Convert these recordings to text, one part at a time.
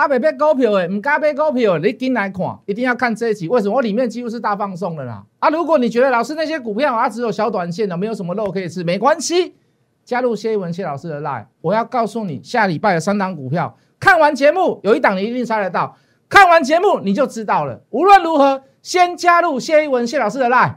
阿北买股票的，唔敢买股票的，你进来看，一定要看这一集。为什么？我里面几乎是大放送的啦。如果你觉得老师那些股票只有小短线的，没有什么肉可以吃，没关系，加入谢一文谢老师的 LINE， 我要告诉你，下礼拜的3档股票，看完节目有一档你一定猜得到，看完节目你就知道了。无论如何，先加入谢一文谢老师的 LINE。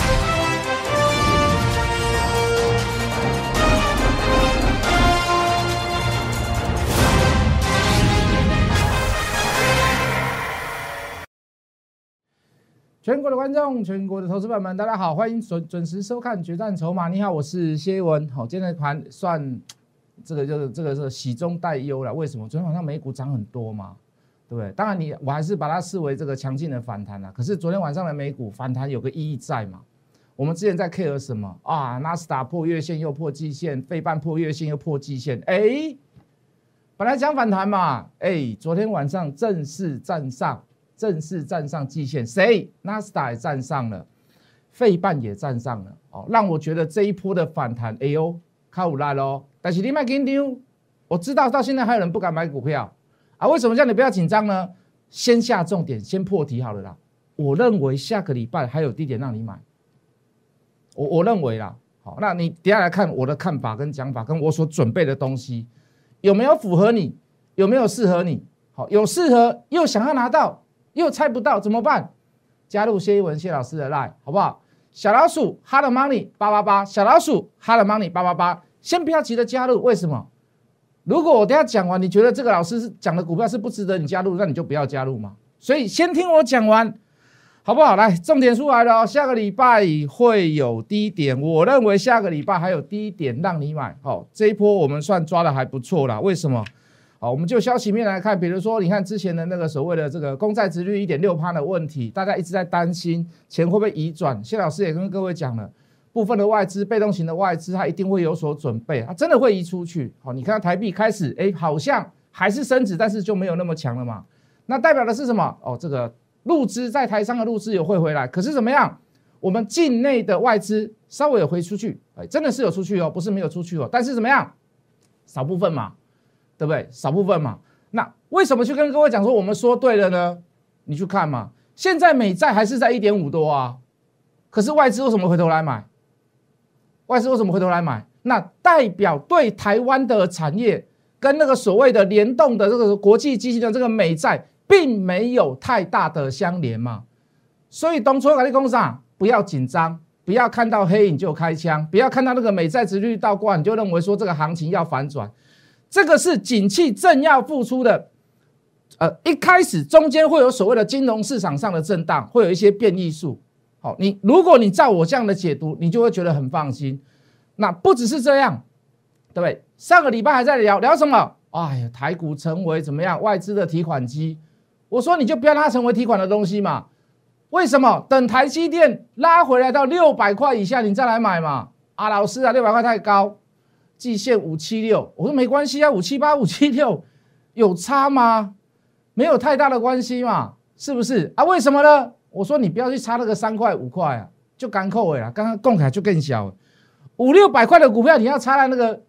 全国的观众，全国的投资朋友们，大家好，欢迎准时收看《决战筹码》。你好，我是谢一文。好，今天的盘算这个喜中带忧了。为什么？昨天晚上美股涨很多嘛，对不对？当然我还是把它视为这个强劲的反弹啦。可是昨天晚上的美股反弹有个意义在嘛？我们之前在 care 什么啊？纳斯达破月线又破季线，费半破月线又破季线。本来讲反弹嘛，昨天晚上正式站上季线，谁？纳斯达也站上了，费半也站上了，让我觉得这一波的反弹，靠有力咯。但是你别紧张，我知道到现在还有人不敢买股票为什么叫你不要紧张呢？先下重点，先破题好了啦。我认为下个礼拜还有低点让你买，我认为啦。好，那你等一下来看我的看法跟讲法，跟我所准备的东西有没有符合你，有没有适合你？好，有适合又想要拿到。又猜不到怎么办？加入谢一文谢老师的 LINE 好不好？小老鼠 Hot Money 888，小老鼠 Hot Money 888，先不要急着加入，为什么？如果我等一下讲完，你觉得这个老师讲的股票是不值得你加入，那你就不要加入嘛。所以先听我讲完，好不好？来，重点出来了下个礼拜会有低点，我认为下个礼拜还有低点让你买。好，这一波我们算抓的还不错啦。为什么？好，我们就消息面来看，比如说，你看之前的那个所谓的这个公债殖利率 1.6% 的问题，大家一直在担心钱会不会移转。谢老师也跟各位讲了，部分的外资、被动型的外资，它一定会有所准备，它真的会移出去。好，你看台币开始，好像还是升值，但是就没有那么强了嘛。那代表的是什么？这个陆资在台商的陆资有会回来，可是怎么样？我们境内的外资稍微有回出去，真的是有出去不是没有出去但是怎么样？少部分嘛。对不对？少部分嘛。那为什么去跟各位讲说我们说对了呢？你去看嘛，现在美债还是在 1.5 多啊，可是外资为什么回头来买？外资为什么回头来买？那代表对台湾的产业跟那个所谓的联动的这个国际基金的这个美债并没有太大的相连嘛。所以当初跟你讲啥，不要紧张，不要看到黑影就开枪，不要看到那个美债殖利率倒挂你就认为说这个行情要反转。这个是景气正要复出的，一开始中间会有所谓的金融市场上的震荡，会有一些变异数。好，如果你照我这样的解读，你就会觉得很放心。那不只是这样，对不对？上个礼拜还在聊什么？台股成为怎么样外资的提款机？我说你就不要让它成为提款的东西嘛。为什么？等台积电拉回来到600块以下，你再来买嘛。老师600块太高。季线576，我说没关系578、576有差吗？没有太大的关系嘛，是不是为什么呢？我说你不要去差那个3块5块就干扣了，刚刚共起来就更小了。500、600块的股票，你要差在那个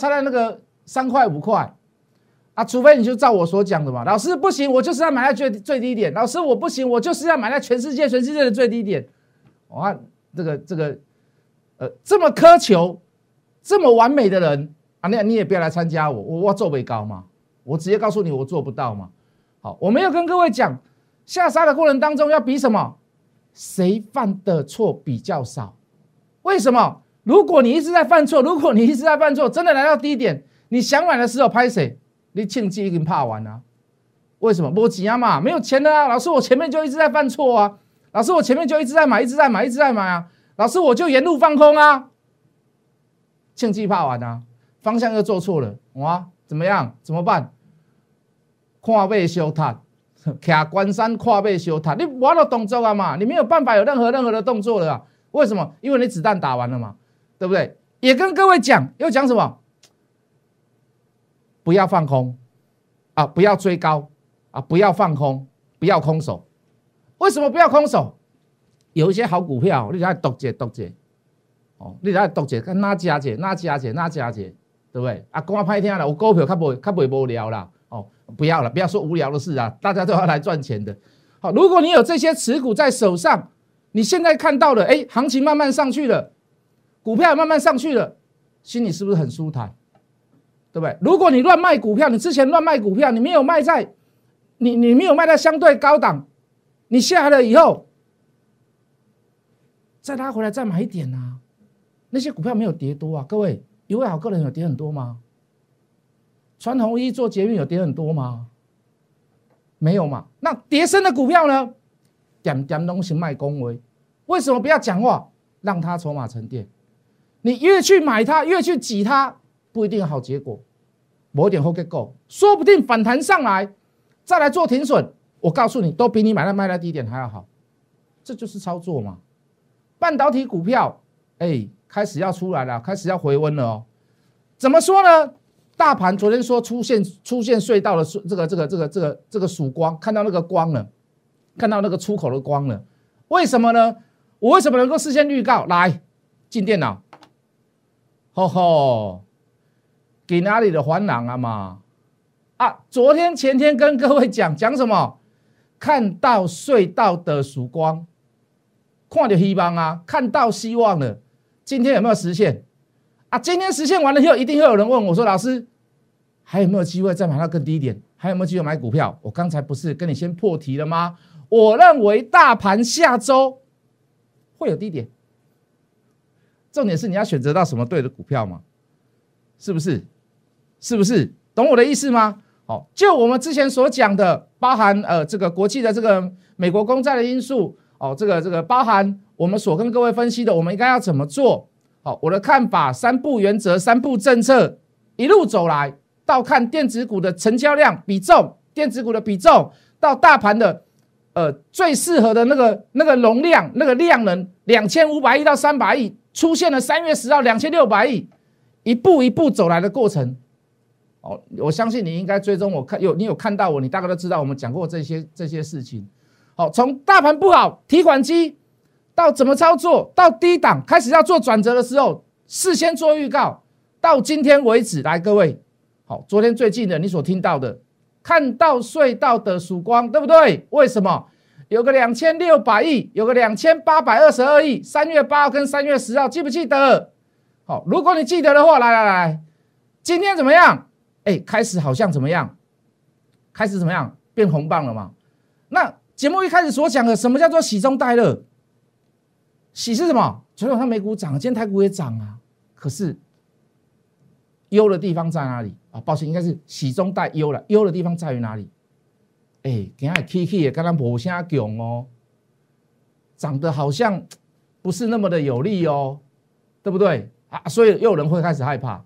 3块5块除非你就照我所讲的嘛。老师不行，我就是要买在最低点。老师我不行，我就是要买在全世界的最低点。这个这么苛求。这么完美的人你也不要来参加我做不高嘛，我直接告诉你我做不到嘛。好，我们要跟各位讲，下杀的过程当中要比什么？谁犯的错比较少？为什么？如果你一直在犯错，真的来到低点，你想买的时候拍谁？你庆忌已经怕完了。为什么？没钱嘛，没有钱的老师，我前面就一直在犯错老师，我前面就一直在买老师，我就沿路放空庆忌怕完方向又做错了怎么样？怎么办？看背修塔，卡关山看背修塔，你没有动作嘛，你没有办法有任何的动作了为什么？因为你子弹打完了嘛，对不对？也跟各位讲，又讲什么？不要放空不要追高不要放空，不要空手。为什么不要空手？有一些好股票，你来读解。你来读者，哪加者，对不对？讲歹听啦，有股票较袂无聊啦。 不要了，不要说无聊的事啊，大家都要来赚钱的。好，如果你有这些持股在手上，你现在看到了，行情慢慢上去了，股票也慢慢上去了，心里是不是很舒坦？对不对？如果你乱卖股票，你之前乱卖股票，你没有卖在你没有卖在相对高档，你下来了以后，再拉回来再买一点啊。那些股票没有跌多啊，各位，一位好个人有跌很多吗？穿红衣做捷运有跌很多吗？没有嘛。那跌深的股票呢？点点东西卖恭维，为什么不要讲话？让它筹码沉淀。你越去买它，越去挤它，不一定好结果。某一点后结果，说不定反弹上来，再来做停损。我告诉你，都比你卖在低点还要好。这就是操作嘛。半导体股票，开始要出来了，开始要回温了哦。怎么说呢？大盘昨天说出现隧道的这个曙光，看到那个光了，看到那个出口的光了。为什么呢？我为什么能够事先预告？来进电脑，给哪里的环廊啊嘛？昨天前天跟各位讲什么？看到隧道的曙光，看到希望啊，看到希望了。今天有没有实现？今天实现完了以后，一定会有人问我说：“老师，还有没有机会再买到更低点？还有没有机会买股票？”我刚才不是跟你先破题了吗？我认为大盘下周会有低点，重点是你要选择到什么对的股票嘛？是不是？是不是？懂我的意思吗？好，就我们之前所讲的，包含这个国际的这个美国公债的因素，这个包含我们所跟各位分析的，我们应该要怎么做？好，我的看法，3步原则，3步政策，一路走来，到看电子股的成交量比重，电子股的比重，到大盘的最适合的那个容量，那个量能2500亿到300亿，出现了3月10号2600亿，一步一步走来的过程。我相信你应该追踪我你有看到我，你大概都知道我们讲过这些事情。好，从大盘不好，提款机到怎么操作，到低档开始要做转折的时候，事先做预告，到今天为止，来各位，好，昨天最近的你所听到的，看到隧道的曙光，对不对？为什么？有个2600亿，有个2822亿，3月8号跟3月10号，记不记得？好，如果你记得的话，来，今天怎么样？开始好像怎么样？开始怎么样？变红棒了嘛？那节目一开始所讲的，什么叫做喜中带乐？喜是什么？昨天晚上美股涨了，今天台股也涨啊。可是忧的地方在哪里啊？抱歉，应该是喜中带忧了。忧的地方在于哪里？今天起也跟他没啥强哦，涨得好像不是那么的有利哦，对不对啊？所以又有人会开始害怕。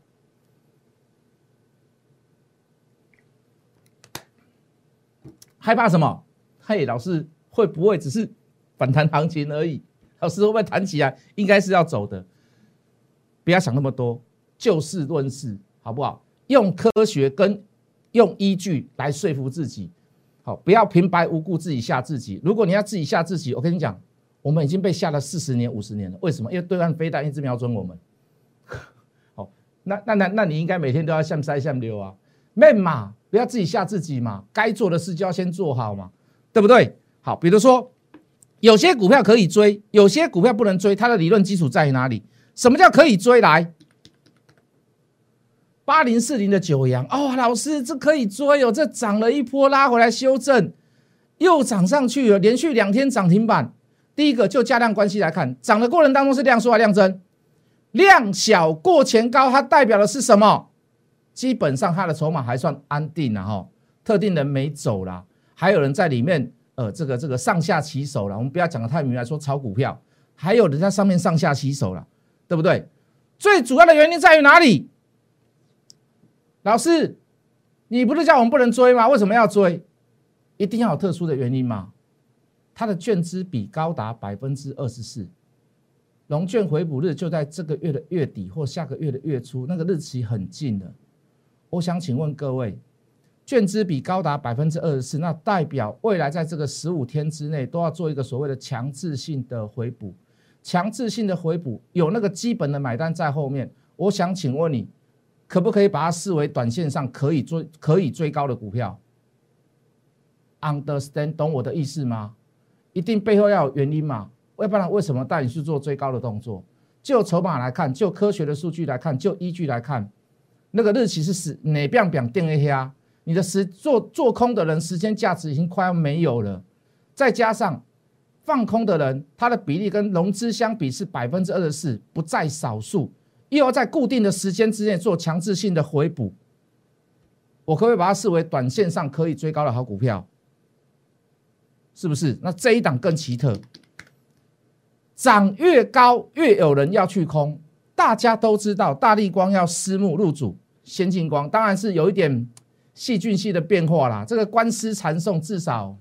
害怕什么？老师会不会只是反弹行情而已？老师会不会弹起来？应该是要走的，不要想那么多，就事论事，好不好？用科学跟用依据来说服自己，好，不要平白无故自己吓自己。如果你要自己吓自己，我跟你讲，我们已经被吓了40年、50年了。为什么？因为对岸飞弹一直瞄准我们。好，那你应该每天都要向塞向溜啊，免嘛。不要自己吓自己嘛，该做的事就要先做好嘛，对不对？好，比如说有些股票可以追，有些股票不能追，它的理论基础在于哪里？什么叫可以追？来，8040的九阳，老师这可以追哦，这涨了一波拉回来修正，又涨上去了，连续2天涨停板。第一个就价量关系来看，涨的过程当中是量缩还量增？量小过前高，它代表的是什么？基本上它的筹码还算安定啦，特定人没走啦，还有人在里面这个上下起手啦，我们不要讲的太明来说炒股票，还有人在上面上下起手啦，对不对？最主要的原因在于哪里？老师，你不是叫我们不能追吗？为什么要追？一定要有特殊的原因吗？它的券资比高达24%，融券回补日就在这个月的月底或下个月的月初，那个日期很近了。我想请问各位，券资比高达24%，那代表未来在这个15天之内都要做一个所谓的强制性的回补。强制性的回补有那个基本的买单在后面。我想请问你，可不可以把它视为短线上可以追高的股票？ understand 懂我的意思吗？一定背后要有原因嘛，要不然为什么带你去做追高的动作？就筹码来看，就科学的数据来看，就依据来看，那个日期是哪边定一下，你的做空的人时间价值已经快要没有了，再加上放空的人，他的比例跟融资相比是24%，不在少数，又要在固定的时间之内做强制性的回补，我可不可以把它视为短线上可以追高的好股票？是不是？那这一档更奇特，涨越高越有人要去空。大家都知道大立光要私募入主先进光，当然是有一点细菌系的变化啦。这个官司缠讼至少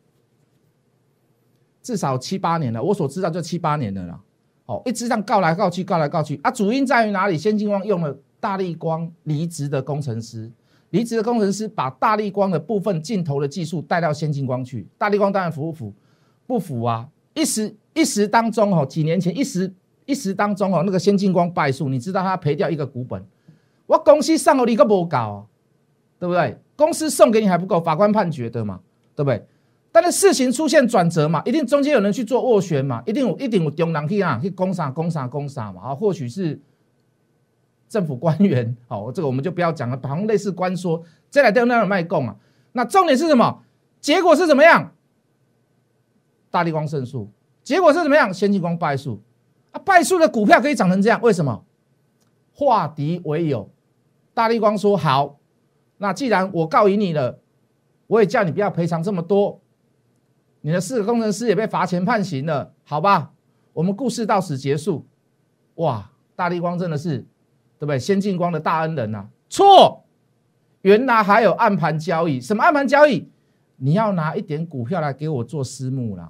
7、8年了，我所知道就7、8年了啦。一直这样告来告去啊，主因在于哪里？先进光用了大立光离职的工程师。离职的工程师把大立光的部分镜头的技术带到先进光去，大立光当然服不服？不服啊！一时当中几年前一时当中那个先进光败诉，你知道他赔掉一个股本，我公司送给你个没搞，对不对？公司送给你还不够，法官判决的嘛，对不对？但是事情出现转折嘛，一定中间有人去做斡旋嘛，一定有中人去攻啥嘛，或许是政府官员，这个我们就不要讲了，好像类似官说，再来掉那种卖供啊。那重点是什么？结果是怎么样？大立光胜诉，结果是怎么样？先进光败诉啊！败诉的股票可以涨成这样，为什么？化敌为友，大立光说好，那既然我告赢你了，我也叫你不要赔偿这么多，你的4个工程师也被罚钱判刑了，好吧？我们故事到此结束。哇，大立光真的是。对不对？先进光的大恩人啊，错，原来还有暗盘交易。什么暗盘交易？你要拿一点股票来给我做私募啦，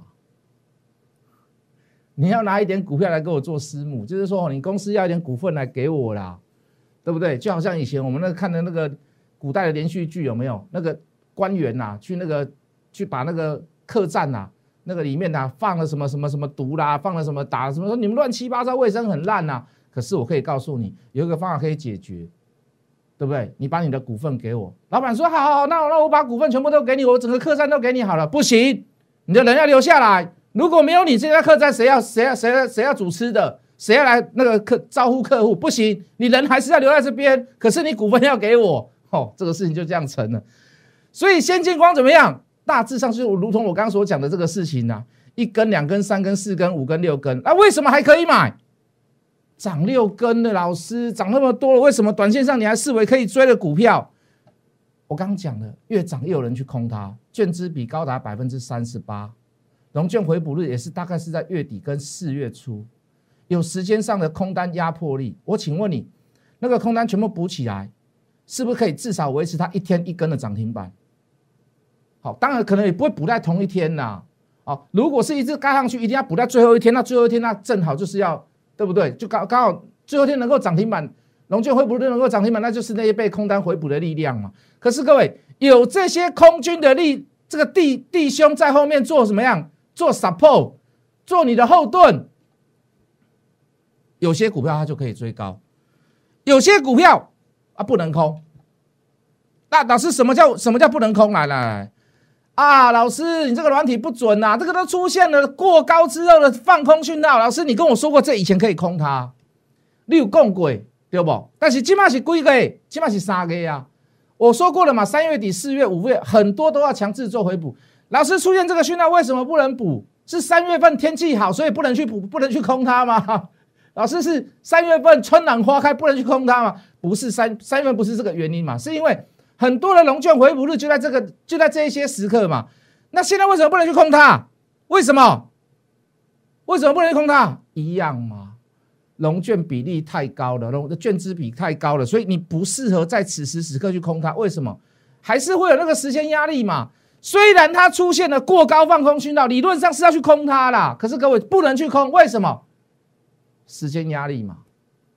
你要拿一点股票来给我做私募，就是说你公司要一点股份来给我啦，对不对？就好像以前我们看的那个古代的连续剧，有没有那个官员呐，去把那个客栈呐，那个里面呐放了什么毒啦，放了什么打什么，说你们乱七八糟，卫生很烂呐。可是我可以告诉你，有一个方法可以解决，对不对？你把你的股份给我，老板说好，那我把股份全部都给你，我整个客栈都给你好了。不行，你的人要留下来。如果没有你这家客栈，谁要主吃的？谁要来那个招呼客户？不行，你人还是要留在这边。可是你股份要给我，这个事情就这样成了。所以先进光怎么样？大致上就如同我刚刚所讲的这个事情啊，1根、2根、3根、4根、5根、6根，为什么还可以买？涨6根的老师，涨那么多了，为什么短线上你还视为可以追的股票？我刚刚讲了，越涨越有人去空它，券资比高达38%，融券回补率也是大概是在月底跟4月初，有时间上的空单压迫力。我请问你，那个空单全部补起来，是不是可以至少维持它1天1根的涨停板？好，当然可能也不会补在同一天啦。如果是一直嘎上去，一定要补在最后一天，那最后一天那正好就是要。对不对？就刚好最后一天能够涨停板，融券回补率能够涨停板，那就是那些被空单回补的力量嘛。可是各位有这些空军的这个弟兄在后面做什么样？做 support， 做你的后盾。有些股票它就可以追高，有些股票不能空。那老师什么叫不能空？来老师，你这个软体不准啊！这个都出现了过高之后的放空讯号。老师，你跟我说过，这以前可以空它，你有讲过对不？但是现在是几个月？现在是3个月啊！我说过了嘛，3月底、4月、5月很多都要强制做回补。老师出现这个讯号，为什么不能补？是3月份天气好，所以不能去补，不能去空它吗？老师是3月份春暖花开，不能去空它吗？不是3月份不是这个原因嘛？是因为。很多的融券回补率就在这一些时刻嘛，那现在为什么不能去空它？为什么不能去空它？一样嘛，融券比例太高了，券资比太高了，所以你不适合在此时此刻去空它。为什么？还是会有那个时间压力嘛。虽然它出现了过高放空讯号，理论上是要去空它啦，可是各位不能去空，为什么？时间压力嘛。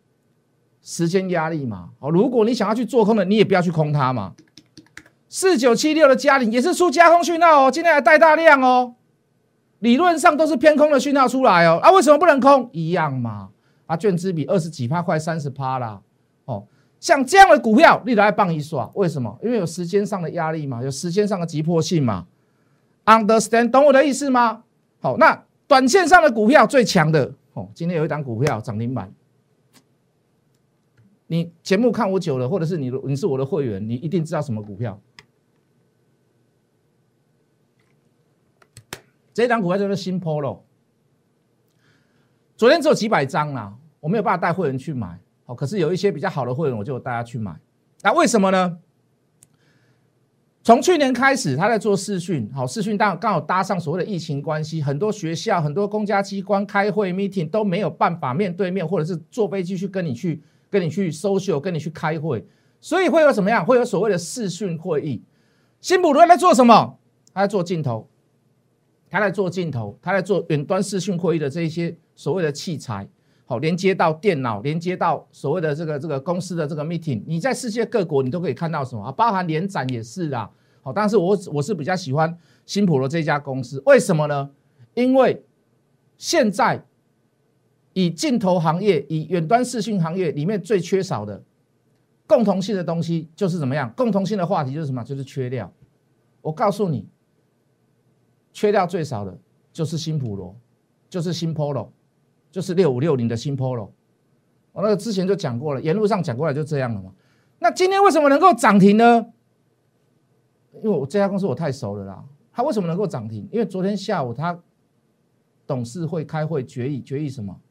如果你想要去做空的，你也不要去空它嘛。4976的嘉麟也是出加空讯号今天还带大量理论上都是偏空的讯号出来为什么不能空？一样嘛，券资比20几%快30%啦像这样的股票，你来帮一刷，为什么？因为有时间上的压力嘛，有时间上的急迫性嘛。 understand 懂我的意思吗？好，那短线上的股票最强的今天有一档股票涨停板，你节目看我久了，或者是你是我的会员，你一定知道什么股票。这一档股票叫做新 Polo， 昨天只有几百张啦，我没有办法带会员去买，可是有一些比较好的会员，我就带他去买。那为什么呢？从去年开始，他在做视讯，视讯刚好搭上所谓的疫情关系，很多学校、很多公家机关开会 meeting 都没有办法面对面，或者是坐飞机去跟你去 social， 跟你去开会，所以会有什么样？会有所谓的视讯会议。新普罗在做什么？他在做镜头，他在做远端视讯会议的这一些所谓的器材，连接到电脑，连接到所谓的这个公司的这个 meeting， 你在世界各国你都可以看到什么包含联展也是啦。但是我是比较喜欢新普罗这家公司，为什么呢？因为现在以镜头行业、以远端视讯行业里面最缺少的共同性的东西就是怎么样？共同性的话题就是什么？就是缺料。我告诉你，缺料最少的就是新普罗，就是新 Polo， 就是6560的新 Polo。我那个之前就讲过了，沿路上讲过来就这样了嘛。那今天为什么能够涨停呢？因为我这家公司我太熟了啦。它为什么能够涨停？因为昨天下午它董事会开会决议什么？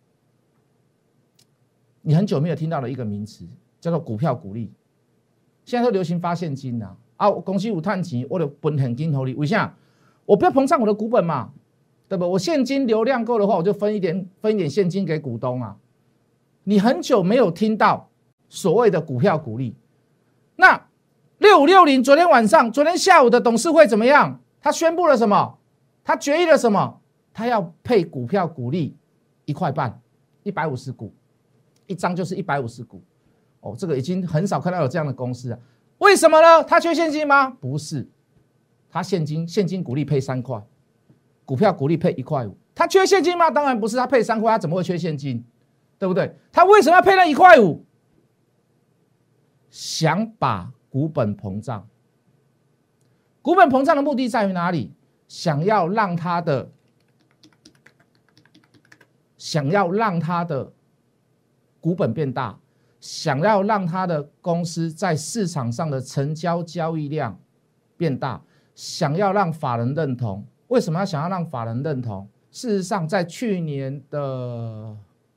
你很久没有听到的一个名词叫做股票股利。现在都流行发现金啦，公司有赚钱，我就分现金给你。为啥？我不要膨胀我的股本嘛，对不？我现金流量够的话，我就分一点现金给股东啊。你很久没有听到所谓的股票股利。那6560昨天下午的董事会怎么样？他宣布了什么？他决议了什么？他要配股票股利1块半，150股，一张就是150股。这个已经很少看到有这样的公司了。为什么呢？他缺现金吗？不是，他现金股利配3块，股票股利配1块5。他缺现金吗？当然不是，他配3块，他怎么会缺现金？对不对？他为什么要配那1块5？想把股本膨胀。股本膨胀的目的在于哪里？想要让他的股本变大，想要让他的公司在市场上的成交交易量变大，想要让法人认同。为什么要想要让法人认同？事实上，在去年的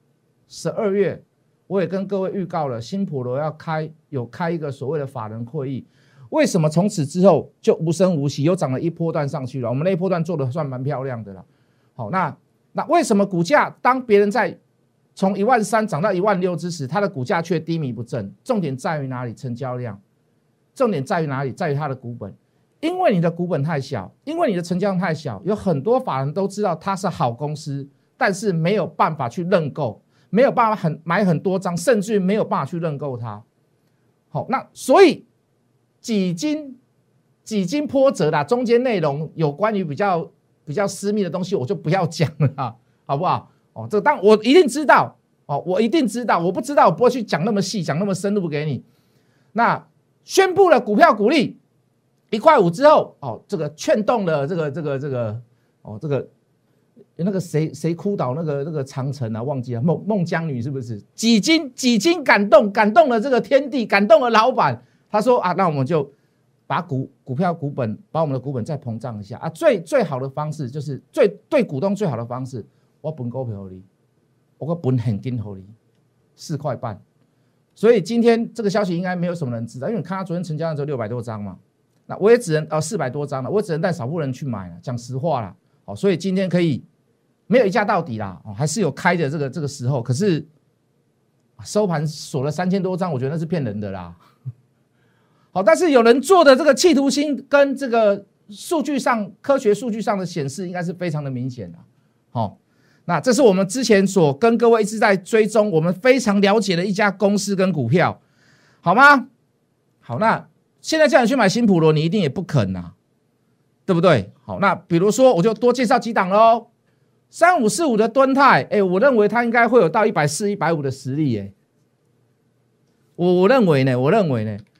12月，我也跟各位预告了，新普罗有开一个所谓的法人会议。为什么从此之后就无声无息，又涨了一波段上去了？我们那一波段做的算蛮漂亮的了。好，那为什么股价当别人在从13000涨到16000之时，它的股价却低迷不振？重点在于哪里？成交量。重点在于哪里？在于它的股本。因为你的股本太小，因为你的成交量太小，有很多法人都知道它是好公司，但是没有办法去认购，没有办法买很多张，甚至于没有办法去认购它。好，那所以几经波折啦，中间内容有关于比较私密的东西，我就不要讲了啦，好不好？这个我一定知道，我一定知道，我不知道我不会去讲那么细，讲那么深入给你。那宣布了股票股利1块5之后，这个劝动了这个那个谁哭倒那个长城啊，忘记了孟姜女是不是？几经感动了这个天地，感动了老板。他说啊，那我们就把股票股本，把我们的股本再膨胀一下啊。最好的方式就是对股东最好的方式，我分股票给你，我分现金给你，4块半。所以今天这个消息应该没有什么人知道，因为你看他昨天成交量只有600多张嘛，那我也只能400多张了，我只能带少部分人去买了，讲实话啦。好，所以今天可以没有一价到底啦，还是有开的这个时候，可是收盘锁了3000多张，我觉得那是骗人的啦。好，但是有人做的这个企图心跟这个科学数据上的显示，应该是非常的明显的。好，那这是我们之前所跟各位一直在追踪，我们非常了解的一家公司跟股票，好吗？好，那现在叫你去买新普罗，你一定也不肯啊，对不对？好，那比如说我就多介绍几档喽。3545的敦泰，我认为它应该会有到140、150的实力，我认为呢。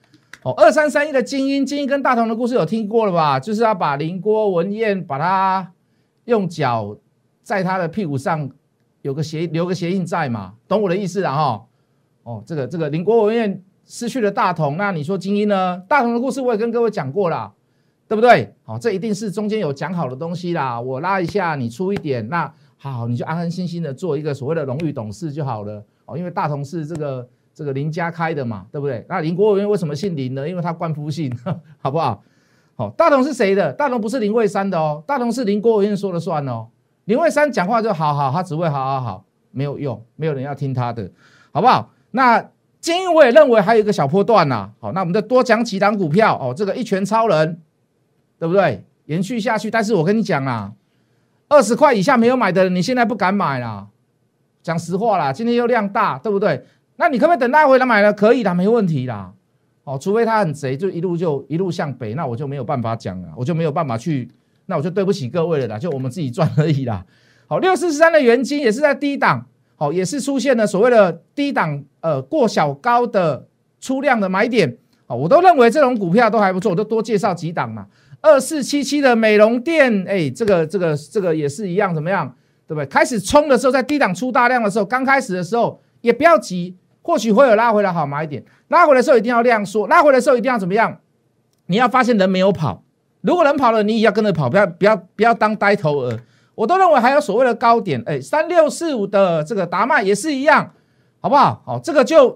哦，2331的精英跟大同的故事有听过了吧？就是要把林郭文彦把他用脚在他的屁股上留个鞋印在嘛，懂我的意思啦哈。哦，这个林郭文彦失去了大同，那你说精英呢？大同的故事我也跟各位讲过啦，对不对？好，这一定是中间有讲好的东西啦。我拉一下，你出一点，那好，你就安安心心的做一个所谓的荣誉董事就好了。哦，因为大同是这个林家开的嘛，对不对？那林郭文彦为什么姓林呢？因为他冠夫姓，好不好？好，大同是谁的？大同不是林蔚山的哦，大同是林郭文彦说了算哦。林蔚山讲话就好，他只会好，没有用，没有人要听他的，好不好？那精英我也认为还有一个小波段呐，好，那我们再多讲几档股票哦，这个一拳超人，对不对？延续下去，但是我跟你讲啦，20块以下没有买的人，你现在不敢买啦，讲实话啦，今天又量大，对不对？那你可不可以等拉回来买了？可以啦，没问题啦。哦，除非他很贼，就一路向北，那我就没有办法讲了，我就没有办法去，那我就对不起各位了啦，就我们自己赚而已啦。好，6443的元金也是在低档，好，也是出现了所谓的低档过小高的出量的买点，好，我都认为这种股票都还不错，我就多介绍几档嘛。2477的美容店，这个也是一样，怎么样？对不对？开始冲的时候，在低档出大量的时候，刚开始的时候也不要急。或许会有拉回来好买一点，拉回来的时候一定要量缩，拉回来的时候一定要怎么样？你要发现人没有跑，如果人跑了，你也要跟着跑，不要当呆头鹅。我都认为还有所谓的高点，3645的这个达麦也是一样，好不好？好，这个就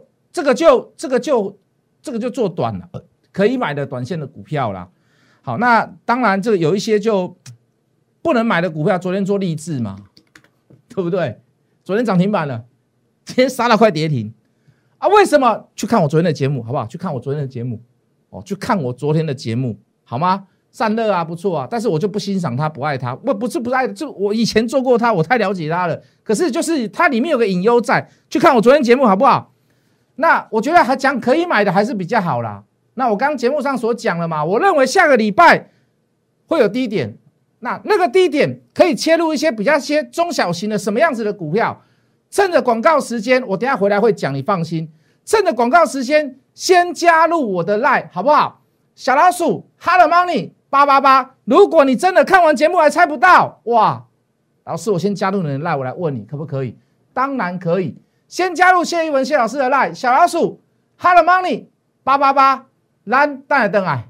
做短了，可以买的短线的股票啦。好，那当然这个有一些就不能买的股票，昨天做励志嘛，对不对？昨天涨停板了，今天杀了快跌停。啊，为什么？去看我昨天的节目，好不好？去看我昨天的节目，哦，去看我昨天的节目，好吗？散热啊，不错啊，但是我就不欣赏他，不爱他，不是不爱，就我以前做过他，我太了解他了。可是就是它里面有个隐忧在，去看我昨天节目，好不好？那我觉得还讲可以买的还是比较好啦。那我刚刚节目上所讲了嘛，我认为下个礼拜会有低点，那个低点可以切入一些比较中小型的什么样子的股票。趁着广告时间，我等一下回来会讲，你放心。趁着广告时间，先加入我的 LINE 好不好？小老鼠 Hot Money 888。如果你真的看完节目还猜不到，哇，老师，我先加入你的 LINE， 我来问你可不可以？当然可以，先加入谢一文谢老师的 LINE 小老鼠 Hot Money 888，咱等来等来。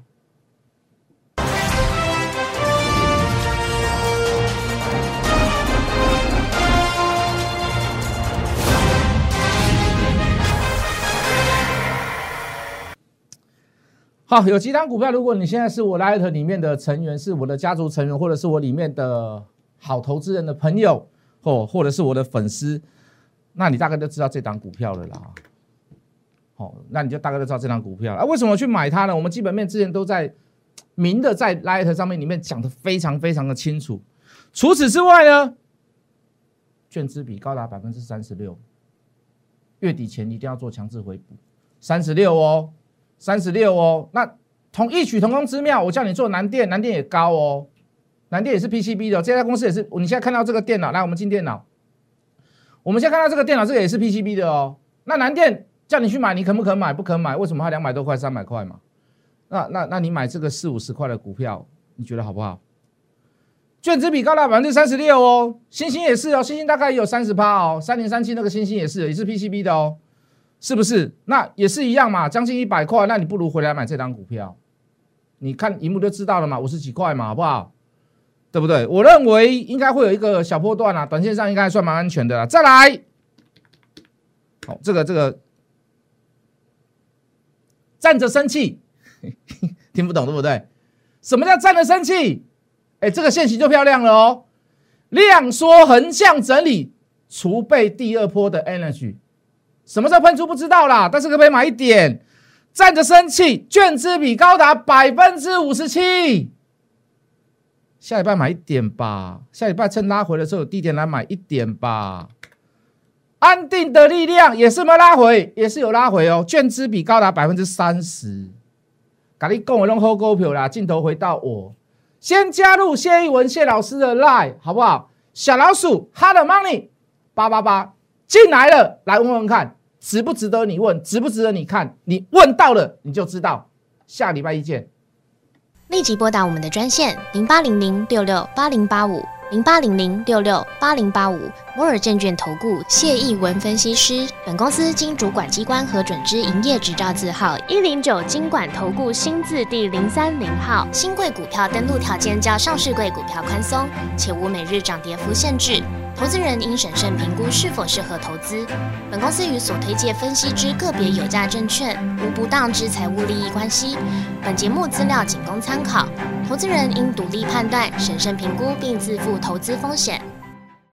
好，有几档股票，如果你现在是我 Light 里面的成员，是我的家族成员，或者是我里面的好投资人的朋友，或者是我的粉丝，那你大概就知道这档股票了啦。好，那你就大概就知道这档股票了。为什么去买它呢？我们基本面之前都在明的在 Light 上面里面讲的非常非常的清楚。除此之外呢，券资比高达36%，月底前一定要做强制回补，36哦。36哦，那同异曲同工之妙。我叫你做南电，南电也高哦，南电也是 PCB 的，这家公司也是。你现在看到这个电脑，来，我们进电脑。我们现在看到这个电脑，这个也是 PCB 的哦。那南电叫你去买，你肯不肯买？不肯买，为什么它200多块、300块嘛？那你买这个40-50块的股票，你觉得好不好？券资比高达36%哦，星星也是哦，星星大概也有30%哦，3037那个星星也是 PCB 的哦。是不是？那也是一样嘛，将近100块，那你不如回来买这档股票。你看荧幕就知道了嘛，50几块嘛，好不好？对不对？我认为应该会有一个小波段啦，短线上应该还算蛮安全的啦。再来，好，这个站着生气，听不懂对不对？什么叫站着生气？这个线型就漂亮了哦，量缩横向整理，储备第二波的 energy。什么时候喷出不知道啦，但是可不可以买一点？站着生气，券资比高达57%，下礼拜买一点吧。下礼拜趁拉回的时候有低点来买一点吧。安定的力量也是没有拉回，也是有拉回哦，券资比高达30%。跟你讲的都好股票啦，镜头回到我，先加入谢一文谢老师的 LINE 好不好？小老鼠 Hot Money 888进来了，来问问看。值不值得你问？值不值得你看？你问到了，你就知道下礼拜一见。 立即拨打我们的专线08006680850800668085摩尔证券投顾谢逸文分析师。本公司经主管机关核准之营业执照字号109金管投顾新字第030号。新贵股票登录条件较上市贵股票宽松，且无每日涨跌幅限制。投资人应审慎评估是否适合投资。本公司与所推介分析之个别有价证券无不当之财务利益关系。本节目资料仅供参考，投资人应独立判断、审慎评估并自负投资风险。